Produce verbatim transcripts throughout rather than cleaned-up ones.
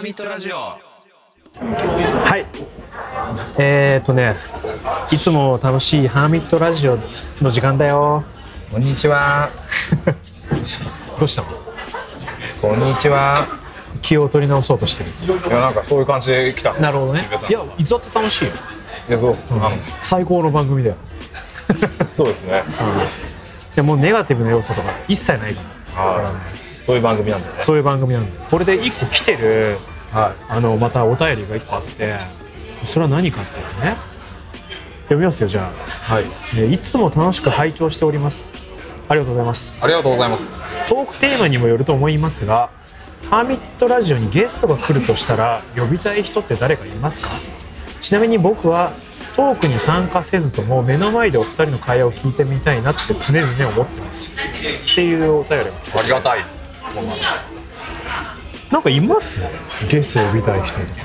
ミットラジオ。 はい、えーとねいつも楽しいハーミットラジオの時間だよ。 こんにちは。 どうしたの？ こんにちは。 気を取り直そうとしてる。 いや、なんかそういう感じで来た。 なるほどね。いや、いつだって楽しいよ。 いや、そうです、うん、あの最高の番組だよ。 そうですね、 うん、いや、もうネガティブな要素とか一切ないから。 あ、うん、そういう番組なんだね。 そういう番組なんだよ。これでいっこ来てる、はい、あのまたお便りがいっこあって、それは何かっていうとね、読みますよ。じゃあ、はい、いつも楽しく拝聴しております。ありがとうございます。 ありがとうございます。 トークテーマにもよると思いますが、ハーミットラジオにゲストが来るとしたら呼びたい人って誰かいますか？ちなみに僕はトークに参加せずとも目の前でお二人の会話を聞いてみたいなって常々思ってますっていうお便りが来て、 ありがたい。 なんかいます？ゲスト呼びたい人とか。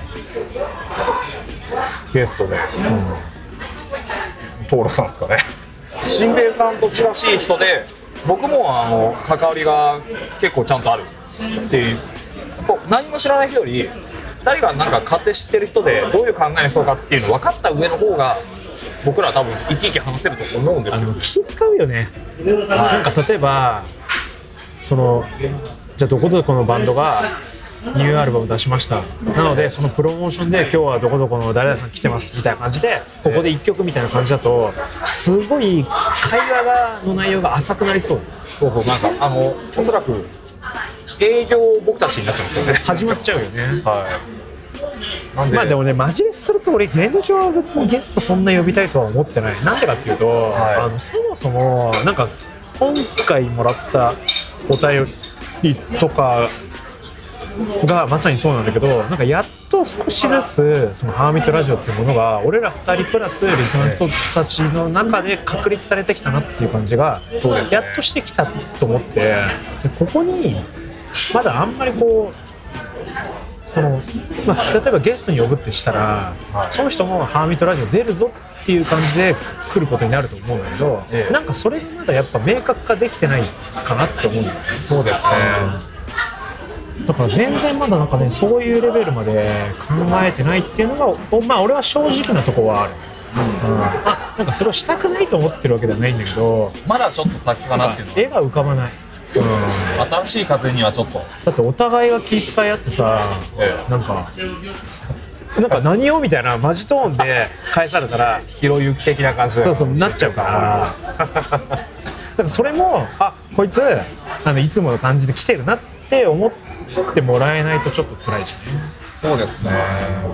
ゲストで、うん、トールさんですかね。新平さんと近しい人で、僕もあの関わりが結構ちゃんとあるっていう、何も知らない人よりふたりがなんか勝手知ってる人でどういう考えの人かっていうの分かった上の方が僕らは多分生き生き話せると思うんですよ。 あの気使うよね。なんか例えばそのじゃあどこどこのバンドがニューアルバム出しました、なのでそのプロモーションで今日はどこどこの誰々さん来てますみたいな感じで、ここでいっきょくみたいな感じだとすごい会話がの内容が浅くなりそう。 そうそう、なんかあのおそらく営業僕たちになっちゃうんですよね。始まっちゃうよね。 はい。なんでまあでもね、マジですると俺現状は別にゲストそんな呼びたいとは思ってない。なんでかっていうと、はい、あのそもそもなんか今回もらったお便りとかがまさにそうなんだけど、なんかやっと少しずつそのハーミットラジオっていうものが俺らふたりプラスリスナーの人たちの中で確立されてきたなっていう感じがやっとしてきたと思って、でここにまだあんまりこうその、まあ、例えばゲストに呼ぶってしたら、はい、その人もハーミットラジオ出るぞっていう感じで来ることになると思うんだけど、ええ、なんかそれがまだやっぱ明確化できてないかなって思うんだよね。 そうですね。 だから全然まだなんかね、そういうレベルまで考えてないっていうのが、まあ俺は正直なところはある。うんうん、あ、なんかそれをしたくないと思ってるわけではないんだけど、 まだちょっと先かなっていうのは絵が浮かばない。うん、 新しい風にはちょっと。 だってお互いが気遣い合ってさ、ええ、なんかなんか何をみたいなマジトーンで返されたらひろゆき的な感じでそうそうなっちゃうからだからそれも、あ、こいつあのいつもの感じで来てるなって思ってもらえないとちょっと辛いじゃん。 そうですね。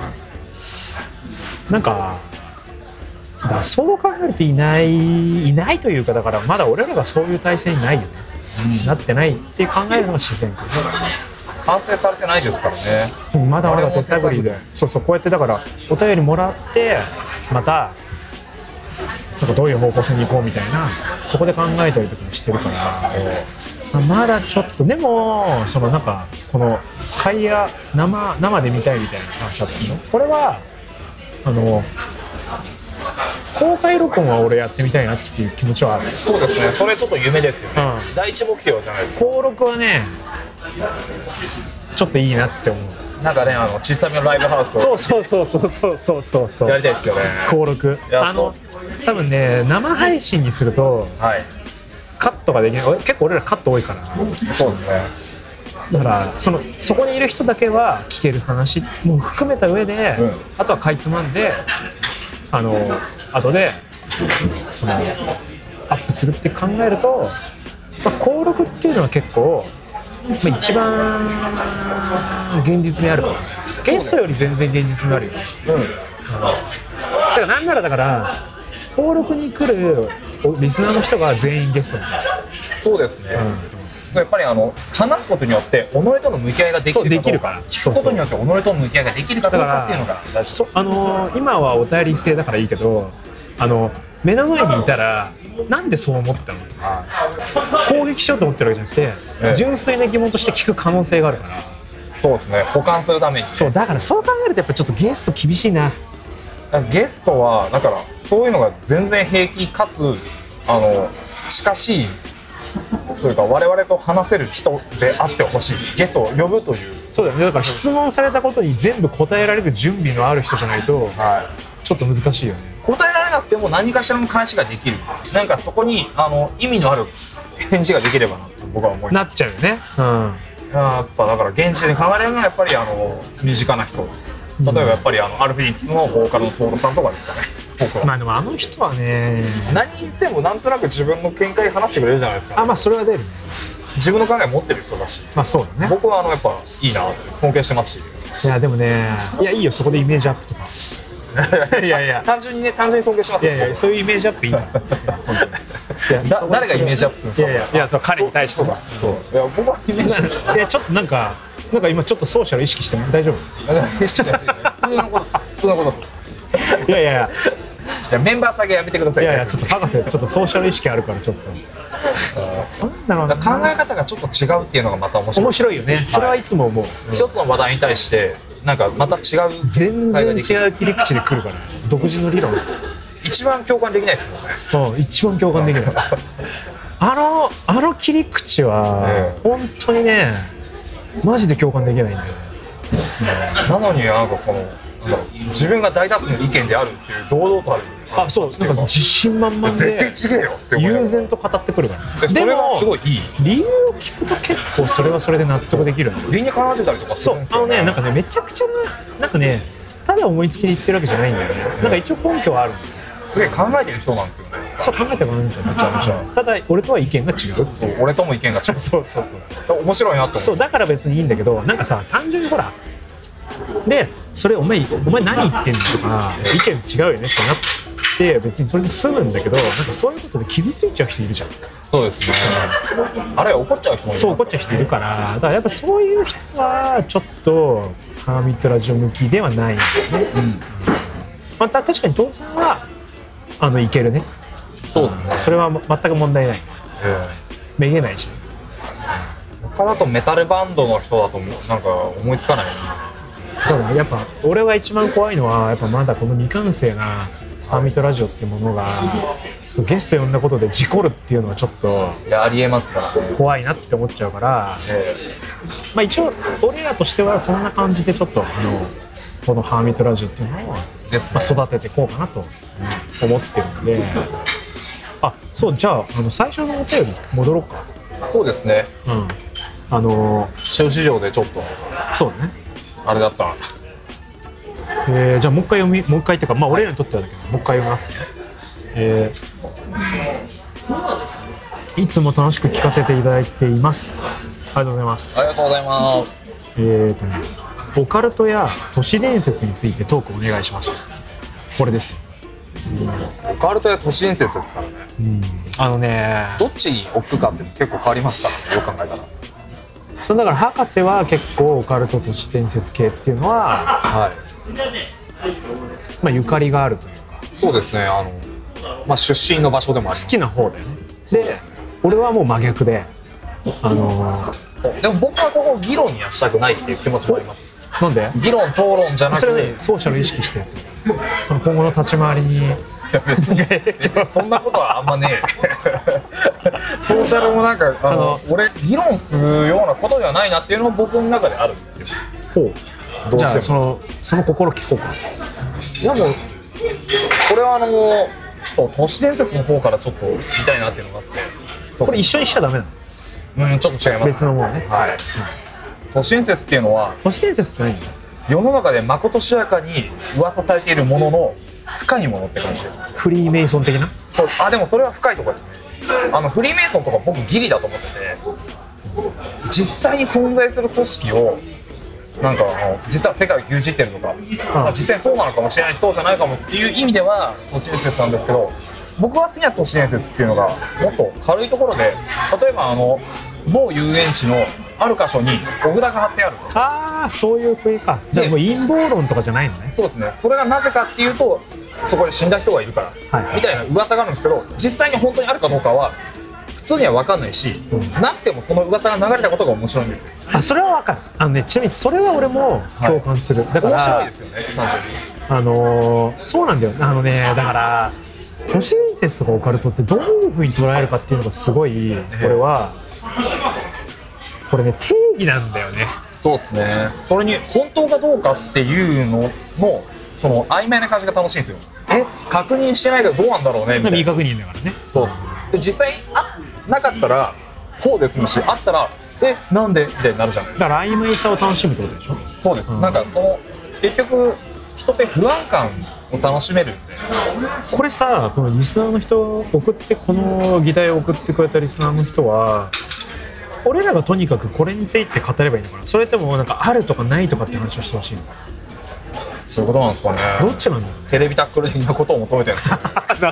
なんかだからそう考えるといないいないというか、だからまだ俺らがそういう体制にないよね、うん、なってないって考えるのが自然かな。 完成されてないですからね、 うん、まだまだ手探りで。そうそう、こうやってだからお便りもらってまたなんかどういう方向性に行こうみたいな、そこで考えたりとかもしてるから、えー、まだちょっとでもそのなんかこの会話 生, 生で見たいみたいな話だったの。これはあの公開録音は俺やってみたいなっていう気持ちはある。 そうですね、それちょっと夢ですよね、うん、第一目標じゃないですか。 登録はねちょっといいなって思う。 なんかね、あの小さめのライブハウスとそうそうそうそうそうそうそうやりたいですよね。 登録あの多分ね、生配信にすると、はい、カットができない。結構俺らカット多いから。 そうですね。 だからそのそこにいる人だけは聞ける話も含めた上で、うん、あとはかいつまんであの後でそのアップするって考えると、まあ、登録っていうのは結構、まあ、一番現実味あるから。ゲストより全然現実味あるよね、うん、だからなんならだから登録に来るリスナーの人が全員ゲストなんだ。 そうですね、うん、やっぱりあの話すことによって己との向き合いができるかどうか、聞くことによって己との向き合いができるかどうかっていうのが大事。 あのー、今はお便り制だからいいけど、あの目の前にいたらなんでそう思ったのとか攻撃しようと思ってるわけじゃなくて、ええ、純粋な疑問として聞く可能性があるから。 そうですね、補完するために、ね、 そうだからそう考えるとやっぱちょっとゲスト厳しいな。 ゲストはだからそういうのが全然平気かつあの近しいというか我々と話せる人であってほしい。ゲストを呼ぶというそうだよね。だから質問されたことに全部答えられる準備のある人じゃないと、はい、ちょっと難しいよね。 答えられなくても何かしらの返しができる、なんかそこにあの意味のある返事ができればなと僕は思います。 なっちゃうよね。うん、 やっぱだから現地で考えられるのはやっぱりあの身近な人、例えばやっぱりあのアルフィニックスのボーカルのトールさんとかですかね。僕はまあでもあの人はね、 何言ってもなんとなく自分の見解話してくれるじゃないですか、ね、 あ、まあそれは出るね。 自分の考え持ってる人だし、 まあそうだね。 僕はあのやっぱいいなって尊敬してますし。 いやでもね、いやいいよ、そこでイメージアップとかいやいや単純にね、単純に尊敬します。 いやいや、そういうイメージアップいいの。 だ誰がイメージアップするんですか。 いやいや、いやそう彼に対しては。 そう。いや僕はイメージ。 いやちょっとなんかなんか今ちょっとソーシャル意識しても大丈夫？ 意識して普通のこと普通のことです。 いやいやいや。 いやメンバー下げやめてください。 いやいやちょっと博士ちょっとソーシャル意識あるからちょっと。 なんだろう、考え方がちょっと違うっていうのがまた面白い。 面白いよね。それはいつも思う。 一つの話題に対してなんかまた違う全然違う切り口で来るから、独自の理論。 一番共感できないですもんね。 うん、一番共感できない。あのあの切り口は、ええ、本当にねマジで共感できないんだよね。 なのになんかこの自分が大多数の意見であるっていう堂々とある。 あ、そう、なんか自信満々で絶対違えよって思う。 悠然と語ってくるから。 それがすごいいい。 理由を聞くと結構それはそれで納得できる。 理にかなってたりとかするんですよね。 そう、あのね、なんかね、めちゃくちゃな、なんかね、ただ思いつきで言ってるわけじゃないんだよね。なんか一応根拠はあるんだよ。 すげえ考えてる人なんですよね。 そう、考えてもらうんですよ、めちゃめちゃ。ただ俺とは意見が違うっていう。 俺とも意見が違う。そうそうそうそう。面白いなと思う。 そう、だから別にいいんだけど、なんかさ、単純にほら。で、それお前お前何言ってんのとか意見違うよねってなって別にそれで済むんだけど、なんかそういうことで傷ついちゃう人いるじゃん。 そうですね。あれ怒っちゃう人もいる。そう、 怒っちゃう人いるから、だからやっぱそういう人はちょっとハーミットラジオ向きではないんだよね。うん、また確かに父さんはあのいけるね。 そうですね。 それは全く問題ない。めげないし。 他だとメタルバンドの人だとなんか思いつかないよね。 そうだね、やっぱ俺は一番怖いのはやっぱまだこの未完成なハーミットラジオっていうものがゲスト呼んだことで事故るっていうのはちょっといやありえますからね。 怖いなって思っちゃうから、えーまあ、一応俺らとしてはそんな感じでちょっとあのこのハーミットラジオっていうのを、ねまあ、育てていこうかなと思ってるので、あ、そう、じゃあ、あの最初のお便り戻ろうか。 そうですね、 うん、あの小市場でちょっとそうねあれだった、 えー、じゃあもう一回読みもう一回っていうか、まあ俺らにとってはだけどもう一回読みますね。えー、いつも楽しく聞かせていただいています。ありがとうございます。 ありがとうございます。 えーとね、オカルトや都市伝説についてトークお願いします。これですよ。 オカルトや都市伝説ですからね。 うん、あのね、どっちに置くかって結構変わりますからね、よく考えたら。 それだから博士は結構オカルト都市伝説系っていうのは、はい、まあゆかりがあるというか。 そうですね、あの、まあ、出身の場所でもあります。 好きな方だよね。で、で俺はもう真逆で、あのー、でも僕はここ議論にはしたくないっていう気持ちもあります。 なんで？ 議論討論じゃなくて、 それ、ね、ソーシャル意識して今後の立ち回りにそんなことはあんまねソーシャルもなんかあのあの俺議論するようなことではないなっていうのも僕の中であるんですよ。ほう、どうしても。じゃあそのその心聞こうか。 いやもうこれはあのちょっと都市伝説の方からちょっと見たいなっていうのがあって、 これ一緒にしちゃダメなの？うん、ちょっと違います。 別のものね。はい。うん、 都市伝説っていうのは、 都市伝説って何？ 世の中でまことしやかに噂されているものの深いものって感じです。 フリーメイソン的な？ そう、あ、でもそれは深いところですね。あのフリーメイソンとか僕ギリだと思ってて、実際に存在する組織をなんかあの実は世界を牛耳ってるとか、まあ、実際にそうなのかもしれないしそうじゃないかもっていう意味では都市伝説なんですけど、僕が好きな都市伝説っていうのがもっと軽いところで、例えばあの某遊園地のある箇所にお札が貼ってある。 ああ、そういうふうか。じゃあもう陰謀論とかじゃないのね。 そうですね。それがなぜかっていうと、そこで死んだ人がいるから、はい、みたいな噂があるんですけど、実際に本当にあるかどうかは普通には分かんないし、うん、なくてもその噂が流れたことが面白いんですよ。 あ、それは分かる。あのね、ちなみにそれは俺も共感する。はい、だから面白いですよね。あのー、そうなんだよ。あのね、だから都市伝説とかオカルトってどういうふうに捉えるかっていうのがすごい、これはこれね定義なんだよね。 そうですね。それに本当かどうかっていうののその曖昧な感じが楽しいんですよ。え、確認してないけどどうなんだろうねみたいな。 未確認だからね。 そうです。で実際あなかったらほうですし、あったらえなんでみたいになるじゃん。 だから曖昧さを楽しむってことでしょ。 そうです、 うん、 なんかその結局人って不安感を楽しめるんで。 これさ、このリスナーの人送ってこの議題を送ってくれたリスナーの人は俺らがとにかくこれについて語ればいいのかな、それともなんかあるとかないとかって話をしてほしいの？ そういうことなんですかね。 どっちなんだろう。 テレビタックル的なことを求めてるんですよ。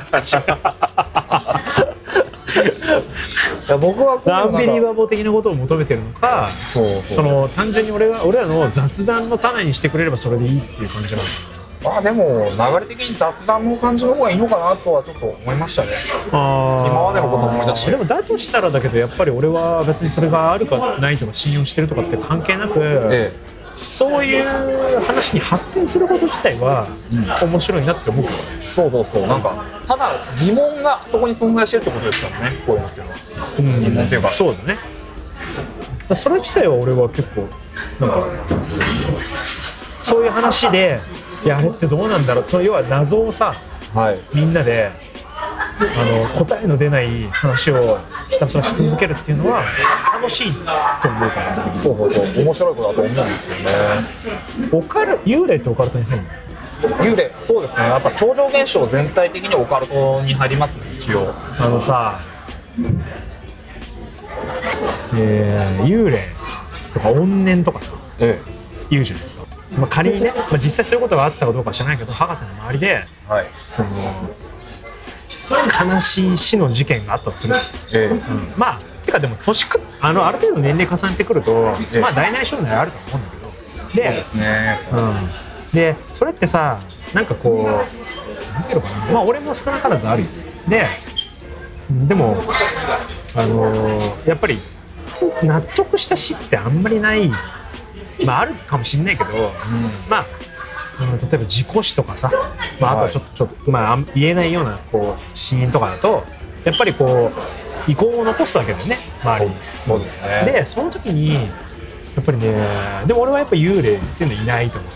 いや僕はこうアンビリバボー的なことを求めてるのか、 そうそう、 その単純に俺が俺らの雑談の種にしてくれればそれでいいっていう感じなんだ。 まあでも流れ的に雑談の感じの方がいいのかなとはちょっと思いましたね。 あ今までのこと思い出して。 でもだとしたらだけどやっぱり俺は別にそれがあるかないとか信用してるとかって関係なく、ええ、そういう話に発展すること自体は面白いなって思うから、ね、 そうそうそう、なんかただ疑問がそこに存在してるってことですからね、こういうのっていうのは、うん、疑問っていうか、 そうだね。だそれ自体は俺は結構なんかそういう話でいやあれってどうなんだろう、その要は謎をさ、はい、みんなであの答えの出ない話をひたすらし続けるっていうのは楽しいと思うから、 そうそうそう、面白いことだと思うんですよね。 オカル幽霊ってオカルトに入るの？ 幽霊、そうですね、やっぱ超常現象全体的にオカルトに入りますね、一応。 あのさ、えー、幽霊とか怨念とかさ、ええ、言うじゃないですか。まあ、仮にね、まあ、実際そういうことがあったかどうかは知らないけど博士の周りで、はい、その悲しい死の事件があったとする、ええ、うん、まあてかでも年くあのある程度年齢重ねてくると、ええ、まあ大なり小なりあると思うんだけど、で、そうですね、うん、でそれってさ、なんかこうなんていうのかな、まあ俺も少なからずあるよ。ででもあのー、やっぱり納得した死ってあんまりない、まああるかもしれないけど、うん、まあ例えば事故死とかさ、まあ、あとはちょっと、はい、ちょっとまあ言えないようなこう死因とかだとやっぱりこう遺恨を残すわけだよね、周りに。 そうですね。 でその時にやっぱりね、でも俺はやっぱ幽霊っていうのはいないと思って、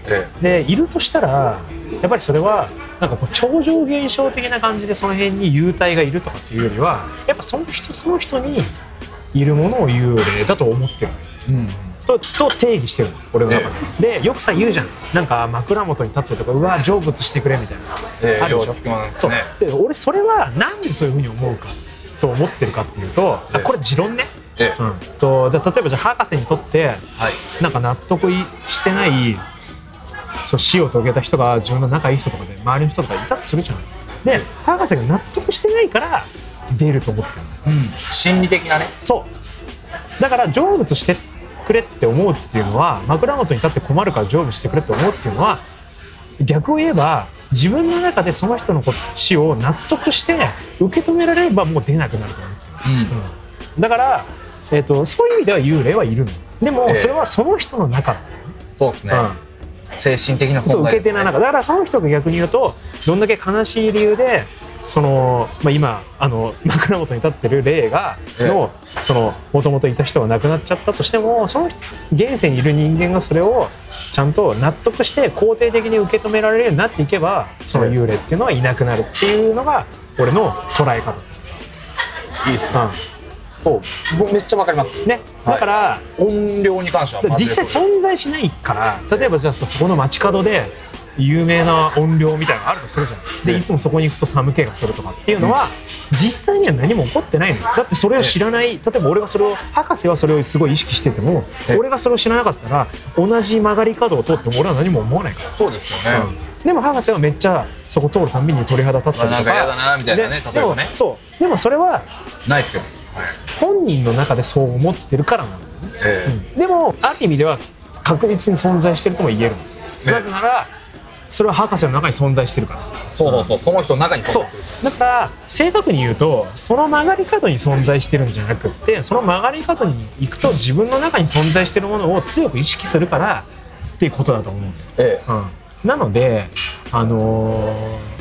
ええ、でいるとしたらやっぱりそれはなんかこう超常現象的な感じでその辺に幽体がいるとかっていうよりはやっぱその人その人にいるものを幽霊だと思ってる、うん、と, と定義してるの俺の中で、ええ、でよくさ言うじゃん、なんか枕元に立ってとかうわ成仏してくれみたいな、ええ、あるでしょ、ね、そうで俺それはなんでそういうふうに思うかと思ってるかっていうと、ええ、これ持論ね、ええ、うん、と例えばじゃあ博士にとって、はい、なんか納得してないそう死を遂げた人が自分の仲いい人とかで周りの人とかいたとするじゃん。で博士が納得してないから出ると思ってるんだよ、うん、 心理的なね。 そうだから成仏してくれって思うっていうのは枕元に立って困るから成仏してくれって思うっていうのは逆を言えば自分の中でその人の死を納得して受け止められればもう出なくなると思ってる、うんうん、だから、えーと、そういう意味では幽霊はいるの。でも、えー、それはその人の中だ、ね、 そうですね、うん、精神的な存在ですね。そう受け手の中だからその人が逆に言うとどんだけ悲しい理由でその、まあ、今あの枕元に立ってる霊がのその元々いた人が亡くなっちゃったとしてもその現世にいる人間がそれをちゃんと納得して肯定的に受け止められるようになっていけばその幽霊っていうのはいなくなるっていうのが俺の捉え方です。 いいっすね、うん、そうめっちゃわかりますね。だから、はい、 音量に関しては実際存在しないから例えばじゃあそこの街角で有名な音量みたいなのがあるとするじゃん。でいつもそこに行くと寒気がするとかっていうのは、うん、実際には何も起こってないのよ。だってそれを知らない、例えば俺がそれを博士はそれをすごい意識してても俺がそれを知らなかったら同じ曲がり角を通っても俺は何も思わないから。 そうですよね、 うん、でも博士はめっちゃそこ通るたびに鳥肌立ったりとか、 なんか嫌だなみたいなね、例えばね。 そうでもそれはないですけど、はい、 本人の中でそう思ってるからなの、えーうん、でもある意味では確実に存在してるとも言えるの、えー、なぜならそれは博士の中に存在してるから。 そうそうそう、その人の中に存在してる。 そうだから正確に言うとその曲がり角に存在してるんじゃなくってその曲がり角に行くと自分の中に存在してるものを強く意識するからっていうことだと思うんだよ、ええ、うん、なのであのー、まあ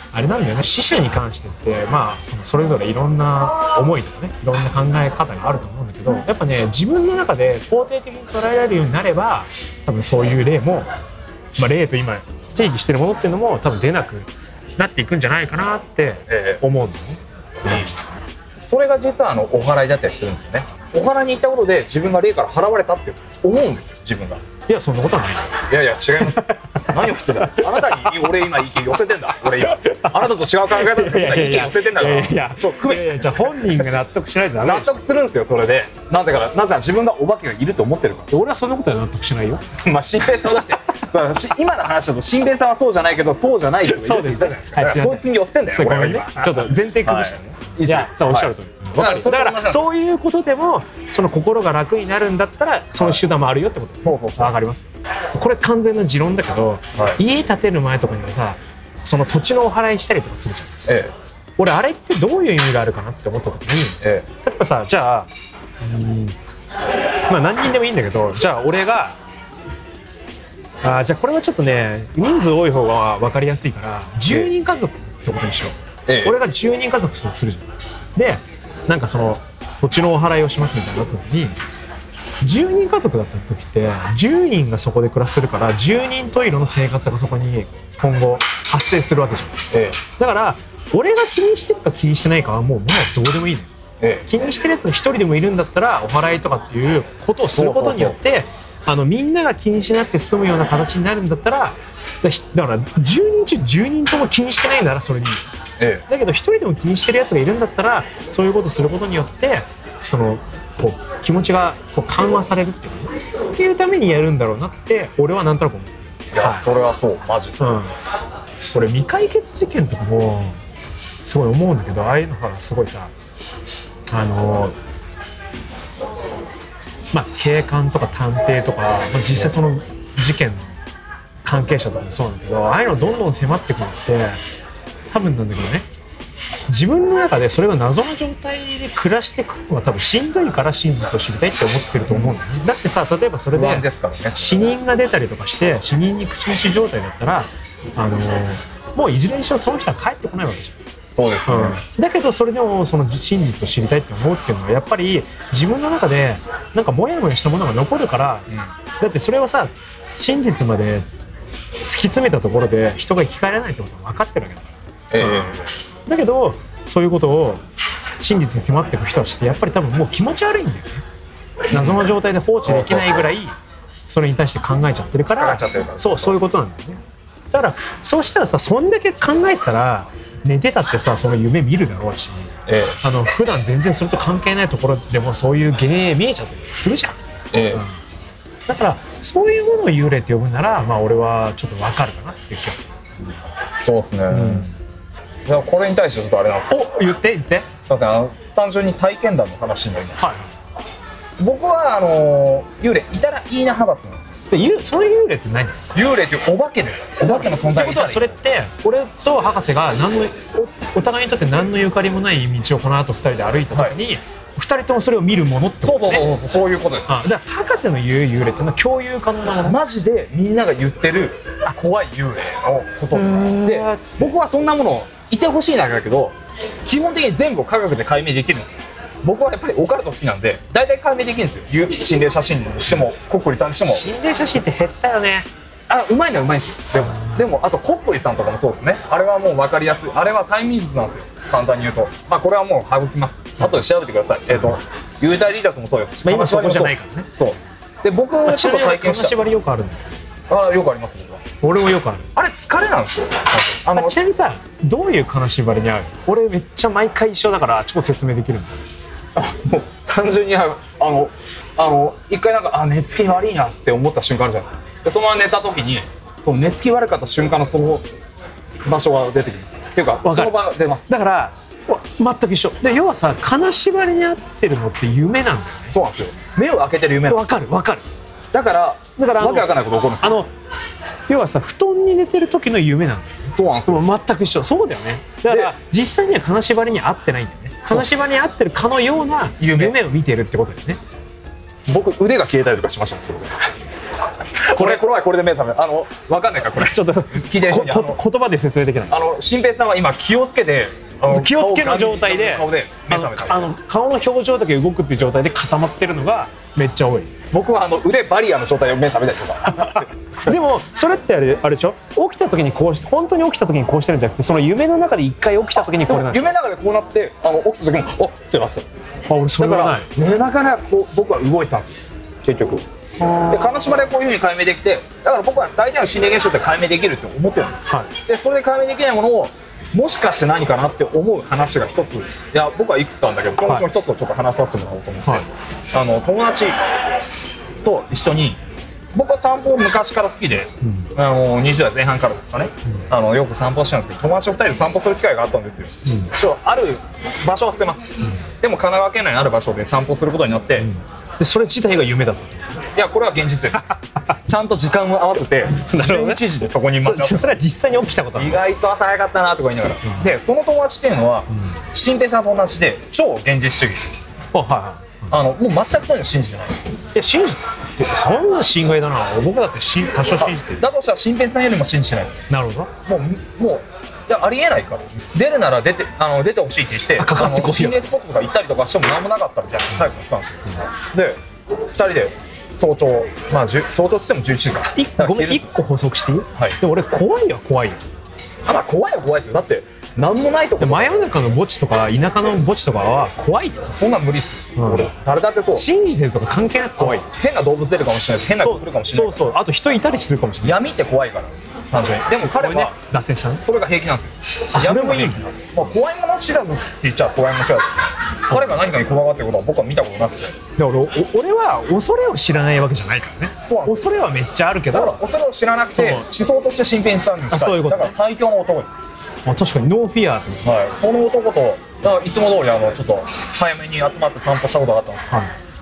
あれなんだよね、死者に関してってまあそのそれぞれいろんな思いとかねいろんな考え方があると思うんだけど、やっぱね自分の中で肯定的に捉えられるようになれば多分そういう例も、まあ、例と今定義してるものっていうのも多分出なくなっていくんじゃないかなって思うんだよね、ええそれが実はあのお祓いだったりするんですよね。お祓いに行ったことで自分が霊から払われたって思うんですよ自分が。 いやそんなことはない。 いやいや違います何を言ってんだあなたに俺今意見寄せてんだ俺今あなたと違う考え方で意見寄せてんだから。 いやいやちょ区別じゃあ本人が納得しないとダメ納得するんですよそれで。なんでかなぜなら自分がお化けがいると思ってるから。 俺はそんなことは納得しないよまあ新平さんはだってそう今の話だと新平さんはそうじゃないけどそうじゃない人がいるって言ったじゃないですか。だからそいつに寄ってんだよこれは今。 ちょっと前提崩したね。いやおっしゃるとおり。だからそういうことでもその心が楽になるんだったらそういう手段もあるよってことです、ね、そうそうそう分かります。これ完全な持論だけど、はい、家建てる前とかにはさその土地のお祓いしたりとかするじゃん、ええ、俺あれってどういう意味があるかなって思った時に、ええ、例えばさじゃあうんまあ何人でもいいんだけどじゃあ俺があじゃあこれはちょっとね人数多い方が分かりやすいからじゅうにん家族ってことにしよう、ええ、俺がじゅうにん家族するじゃん。でなんかその土地のお祓いをしますみたいな時にじゅうにん家族だった時ってじゅうにんがそこで暮らしてるからじゅうにん十色の生活がそこに今後発生するわけじゃん、ええ、だから俺が気にしてるか気にしてないかはもうまあどうでもいいのよ、ええ、気にしてるやつが一人でもいるんだったらお祓いとかっていうことをすることによってあのみんなが気にしなくて済むような形になるんだったらだからじゅうにん中じゅうにんとも気にしてないならそれにいい、ええ、だけど一人でも気にしてるやつがいるんだったらそういうことをすることによってそのこう気持ちがこう緩和されるっていう、ね、っていうためにやるんだろうなって俺はなんとなく思う。 いや、はい、それはそうマジです、うん、 これ未解決事件とかもすごい思うんだけどああいうのがすごいさあのまあ警官とか探偵とか、まあ、実際その事件の関係者とかもそうなんだけどああいうのどんどん迫ってくるって多分なんだけどね自分の中でそれが謎の状態で暮らしていくのが多分しんどいから真実を知りたいって思ってると思うんだよね。だってさ例えばそれで死人が出たりとかして死人に口なし状態だったらあのもういずれにしろその人は帰ってこないわけじゃん。 そうですね、うん、 だけどそれでもその真実を知りたいって思うっていうのはやっぱり自分の中でなんかモヤモヤしたものが残るから、うん、だってそれをさ真実まで突き詰めたところで人が生き返らないってことは分かってるわけだから、えーうん、だけどそういうことを真実に迫っていく人たちってやっぱり多分もう気持ち悪いんだよね。謎の状態で放置できないぐらいそれに対して考えちゃってるからそうそういうことなんだよね。だからそうしたらさそんだけ考えてたら寝てたってさその夢見るだろうし、ええ、あの普段全然それと関係ないところでもそういう幻影見えちゃったりするじゃん、ええうん、だからそういうものを幽霊って呼ぶならまあ俺はちょっと分かるかなっていう気がする。 そうですね、うん、いやこれに対してちょっとあれなんですけどお言って言ってすいませんあの単純に体験談の話になります、はい、僕はあの幽霊いたらいいな派閥なんですよ。 でその幽霊って何？ 幽霊っていうお化けです。お化けの存在がいたらいい。 それって俺と博士が何の お, お互いにとって何のゆかりもない道をこの後ふたりで歩いた時に、はい、ふたりともそれを見るものってことね。 そうそうそうそういうことです。 あだから博士の言う幽霊っていうのは共有可能なもの。 マジでみんなが言ってる怖い幽霊のことで僕はそんなものいてほしいんだけど基本的に全部科学で解明できるんですよ。僕はやっぱりオカルト好きなんで大体解明できるんですよ。心霊写真にしてもコッコリさんにしても。 心霊写真って減ったよね。 あうまいのはうまいんですよ。でもでもあとコッコリさんとかもそうですね。あれはもう分かりやすい。あれは催眠術なんですよ簡単に言うと。まあこれはもう省きます。後で調べてください。えっと幽体離脱もそうですし、 まあ、今そこじゃないからね。 そうで僕ちょっと体験した。 金縛りよくあるんだよ。 あよくあります僕は。 俺もよくある。 あれ疲れなんですよ。 あのちなみにさどういう金縛りにある？俺めっちゃ毎回一緒だから超説明できるんだよ。 あもう単純にあのあの一回なんかあ寝つき悪いなって思った瞬間あるじゃないですか。でそのまま寝た時にその寝つき悪かった瞬間のその場所が出てくるっていうかその場が出ます。 だから全く一緒で要はさ金縛りに合ってるのって夢なんだよね。 そうなんですよ。目を開けてる夢なんです。 わかるわかる。 だからだからわけわかんないこと起こるんですよ。あの要はさ布団に寝てる時の夢なんだよね。 そうなんですよ。 全く一緒。そうだよね。だから実際には金縛りに合ってないんだよね。金縛りに合ってるかのような夢を見てるってことですね。 僕腕が消えたりとかしましたもん。 これこの前これで目覚めあの分かんないかこれちょっと聞いてる人にあの言葉で説明できない。 あの新平さんは今気をつけて気をつけの状態で顔で目覚めた。 あの顔の表情だけ動くっていう状態で固まってるのがめっちゃ多い。 僕はあの腕バリアの状態で目覚めたりとかでもそれってあれあれでしょ、起きた時にこうして本当に起きた時にこうしてるんじゃなくて、その夢の中で一回起きた時にこれなんです。 夢の中でこうなってあの起きた時もおってました。 あ、俺それはない。 だから寝ながらこう僕は動いてたんですよ結局。で金縛りでこういうふうに解明できて、だから僕は大体の心霊現象って解明できるって思ってるんです、はい、でそれで解明できないものをもしかして何かなって思う話が一つ、いや僕はいくつかあるんだけどそのうちの一つをちょっと話させてもらおうと思って、はい、あの友達と一緒に、僕は散歩昔から好きで、うん、あのにじゅう代前半からですかね、うん、あのよく散歩してたんですけど、友達とふたりで散歩する機会があったんですよ、うん、ちょある場所は捨てます、うん、でも神奈川県内にある場所で散歩することになって、うん、 でそれ自体が夢だった。 いやこれは現実ですちゃんと時間を合わせてじゅういちじでそこに待って、 それは実際に起きたことある。 意外と朝早かったなとか言いながら、うん、でその友達っていうのは、うん、新平さんと同じで超現実主義。あ、はいはい、あのもう全くそういうの信じてないです。 いや信じてそんな心外だな。僕だってし多少信じてる。 だとしたら新平さんよりも信じてないです。 なるほど。 もうもういやありえないから、出るなら出てあの出てほしいって言って、あの心霊スポットとか行ったりとかしても何もなかったみたいなタイプの人なんですよ、うん、でふたりで早朝、まあ早朝って言ってもじゅういちじかん。 ごめんいっこ補足していい？はい、でも俺怖いよ怖いよ。 あ、まあ怖いよ怖いですよ。だって何もないところ、 真夜中の墓地とか田舎の墓地とかは怖いよ。 そんなん無理っすよ、うん、俺誰だってそう。 信じてるとか関係なく怖い。 変な動物出るかもしれないし、変な人来るかもしれない。 そうそうそう、あと人いたりするかもしれない。 闇って怖いから単純に。でも彼は、ね、 脱線したね。 それが平気なんですよ。 あ、それもいい。 まあ、怖いもの知らずって言っちゃ怖いもの知らず、彼が何かに怖がってることは僕は見たことなくて。 で俺, 俺は恐れを知らないわけじゃないからね。恐れはめっちゃあるけど、 だから恐れを知らなくて思想として身辺したんです。そういうこと。だから最強の男です。 あ、確かにノーフィアーズ、 はい、その男とだからいつも通りあのちょっと早めに集まって散歩したことがあったんです、はい、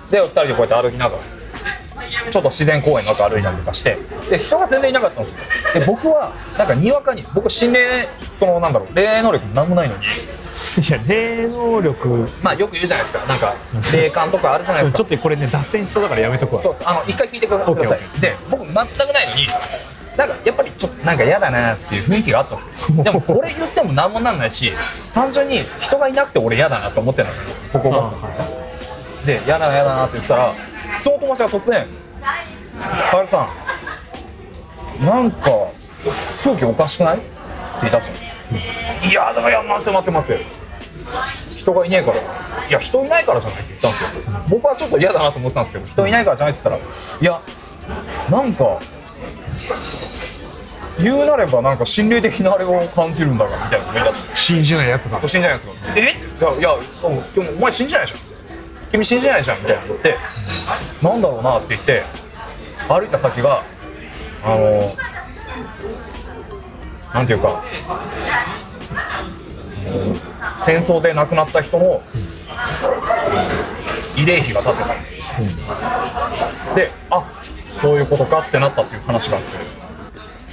でふたりでこうやって歩きながらちょっと自然公園の中歩いたりとかして、で人が全然いなかったんですよ。で僕はなんかにわかに、僕心霊そのなんだろう霊能力なんもないのに、いや霊能力まあよく言うじゃないですか、なんか霊感とかあるじゃないですか。 ちょっとこれね脱線しそうだからやめとくわ。 そうあの一回聞いてください。で僕全くないのになんかやっぱりちょっとなんか嫌だなっていう雰囲気があったんですよ。でもこれ言っても何もなんないし、単純に人がいなくて俺嫌だなと思ってたのよ、ここが。で嫌だな嫌だなって言ったら、その友達が突然「カエルさんなんか空気おかしくない?」って言い出したの。いやだから待って待って待って人がいねえから。いや人いないからじゃないって言ったんですよ。僕はちょっと嫌だなと思ってたんですけど、人いないからじゃないって言ったら、いやなんか言うなればなんか心霊的なあれを感じるんだがみたいなこと言い出して、 信じないやつが信じないやつがえいやいやでもお前信じないじゃん、君信じないじゃんみたいなのってなんだろうなって言って、歩いた先があのなんていうか戦争で亡くなった人の慰霊碑が建ってたんですよ、うん、であそういうことかってなったっていう話があって、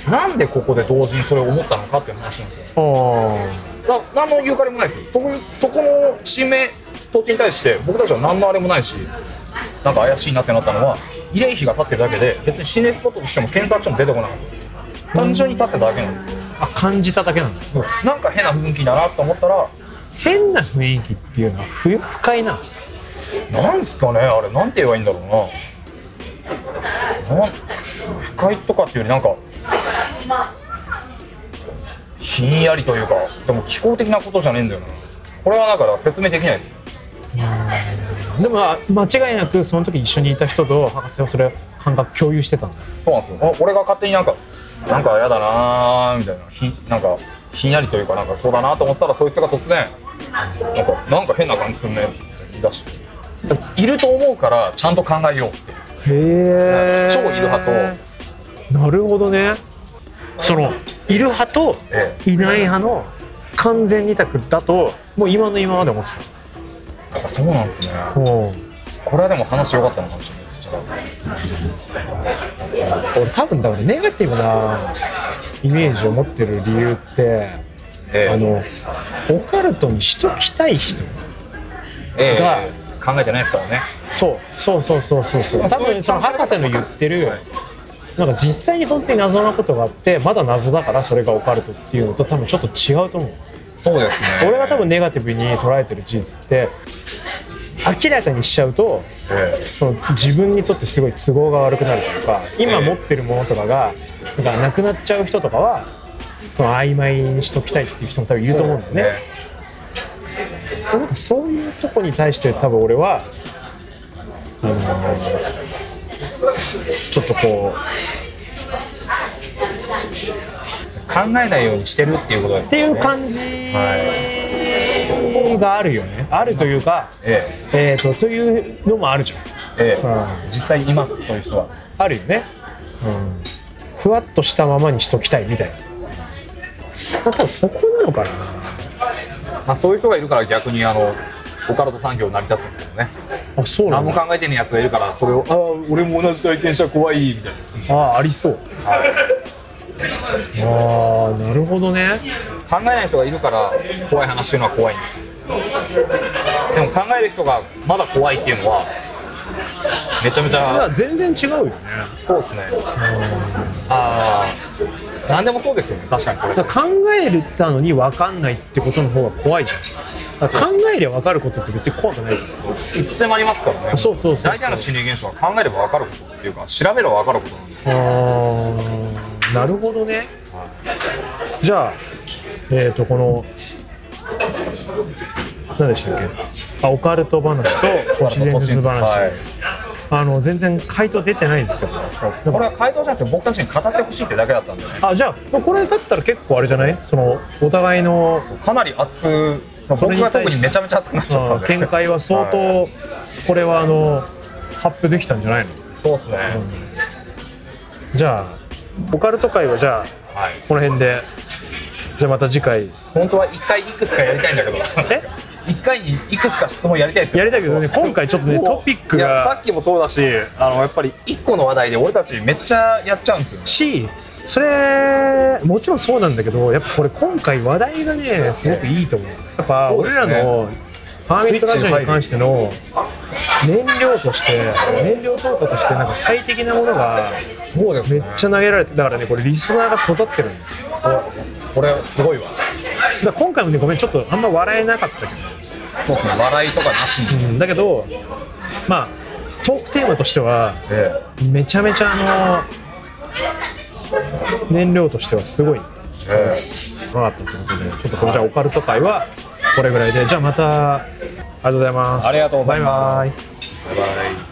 なんでここで同時にそれを思ったのかっていう話なんですよ。だ何のゆかりもないですよ。そこ、そこの地名土地に対して僕たちは何のあれもないし、なんか怪しいなってなったのは慰霊碑が建ってるだけで、別に心霊スポットとしても検索しても出てこなかったです。単純に建ってただけなんです。 あ、感じただけなんです。 なんか変な雰囲気だなと思ったら、 変な雰囲気っていうのは不不快な、 なんですかねあれ、なんて言えばいいんだろうな。なん不快とかっていうよりなんかひんやりというか、でも気候的なことじゃねえんだよな。これはだから説明できないです。 うんでも間違いなくその時一緒にいた人と博士はそれ感覚共有してたんだ。 そうなんですよ。俺が勝手になんかなんか嫌だなみたいな、ひなんかひんやりというかなんかそうだなと思ったら、そいつが突然なんかなんか変な感じするねって言い出して、いると思うからちゃんと考えようって。へえ。 超いる派と。なるほどね。そのいる派といない派の完全二択だともう今の今まで思ってた。そうなんですね。これはでも話良かったのかもしれないです。 俺多分だからネガティブなイメージを持ってる理由って、ええ、あのオカルトにしときたい人が、 ええ、考えてないですからね。 そうそうそうそうそうそう。多分その博士の言ってる、はい、 なんか実際に本当に謎なことがあってまだ謎だからそれがオカルトっていうのと多分ちょっと違うと思う。 そうですね。 俺が多分ネガティブに捉えてる事実って明らかにしちゃうと、ええ、その自分にとってすごい都合が悪くなるというか今持ってるものとかがなんかなくなっちゃう人とかはその曖昧にしときたいっていう人も多分いると思うんだよね。そう、なんかそういうとこに対して多分俺はあのー、ちょっとこう考えないようにしてるっていうことですね。 っていう感じがあるよね。あるというか、えええー、とというのもあるじゃん。ええ、うん、実際いますそういう人は。あるよね。うん、ふわっとしたままにしときたいみたいな。多分そこなのかな。 まあそういう人がいるから逆にあのオカルト産業成り立つんですけどね。 あ、そうなんだ。 何も考えてないやつがいるからそれをああ俺も同じ体験した怖いみたいな。 ああ、ありそう。はい。ああ、なるほどね。 考えない人がいるから怖い話っていうのは怖いんですよ。でも考える人がまだ怖いっていうのはめちゃめちゃ。 いや全然違うよね。 そうですね。ああ、何でもそうですよね。確かにそれ。 だから考えたのに分かんないってことの方が怖いじゃん。だから考えれば分かることって別に怖くない。 いつでもありますからね。 そうそうそう。 大体の心理現象は考えれば分かることっていうか調べれば分かることなんで。 ああ、なるほどね。はい、じゃあえっ、ー、とこの何でしたっけ、あ、オカルト話と都市伝説話、はい、あの全然回答出てないんですけど、 これは回答じゃなくて僕たちに語ってほしいってだけだったんでね。 あ、じゃあこれだったら結構あれじゃない、そのお互いのかなり熱く、僕が特にめちゃめちゃ熱くなっちゃったんで、 見解は相当、はい、これはあの発表できたんじゃないの。 そうっすね、 うん、じゃあオカルト界はじゃあ、はい、この辺で、じゃあまた次回。 本当は一回いくつかやりたいんだけどえ一回にいくつか質問やりたいですよ。 やりたいけどね、今回ちょっとねトピックが、いやさっきもそうだし、あのやっぱりいっこの話題で俺たちめっちゃやっちゃうんですよし、それもちろんそうなんだけど、やっぱこれ今回話題がねすごくいいと思う。やっぱ俺らのハーミットラジオに関しての燃料として燃料投下としてなんか最適なものがめっちゃ投げられて、だからねこれリスナーが育ってるんですよ。 これすごいわ。だから今回もねごめんちょっとあんま笑えなかったけど、 そうですね、笑いとかなしに、 うん、だけどまあトークテーマとしては、ええ、めちゃめちゃあの燃料としてはすごい良かったということで、ちょっとこれじゃあオカルト界はこれぐらいで、じゃあまたありがとうございます。 ありがとうございます。 バイバイ。 バイバイ。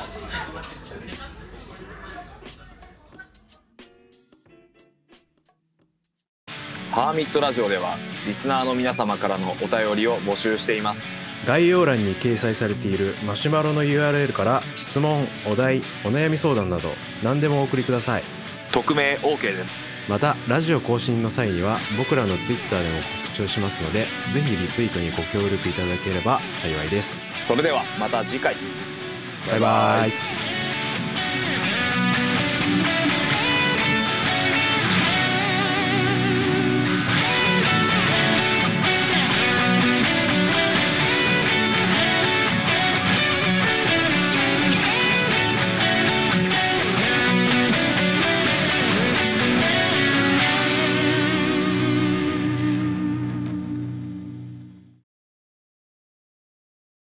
ハーミットラジオではリスナーの皆様からのお便りを募集しています。 概要欄に掲載されているマシュマロの ユーアールエル から質問、お題、お悩み相談など何でもお送りください。 匿名 オーケー です。 またラジオ更新の際には僕らのツイッターでも告知をしますので、ぜひリツイートにご協力いただければ幸いです。 それではまた次回。 バイバイ。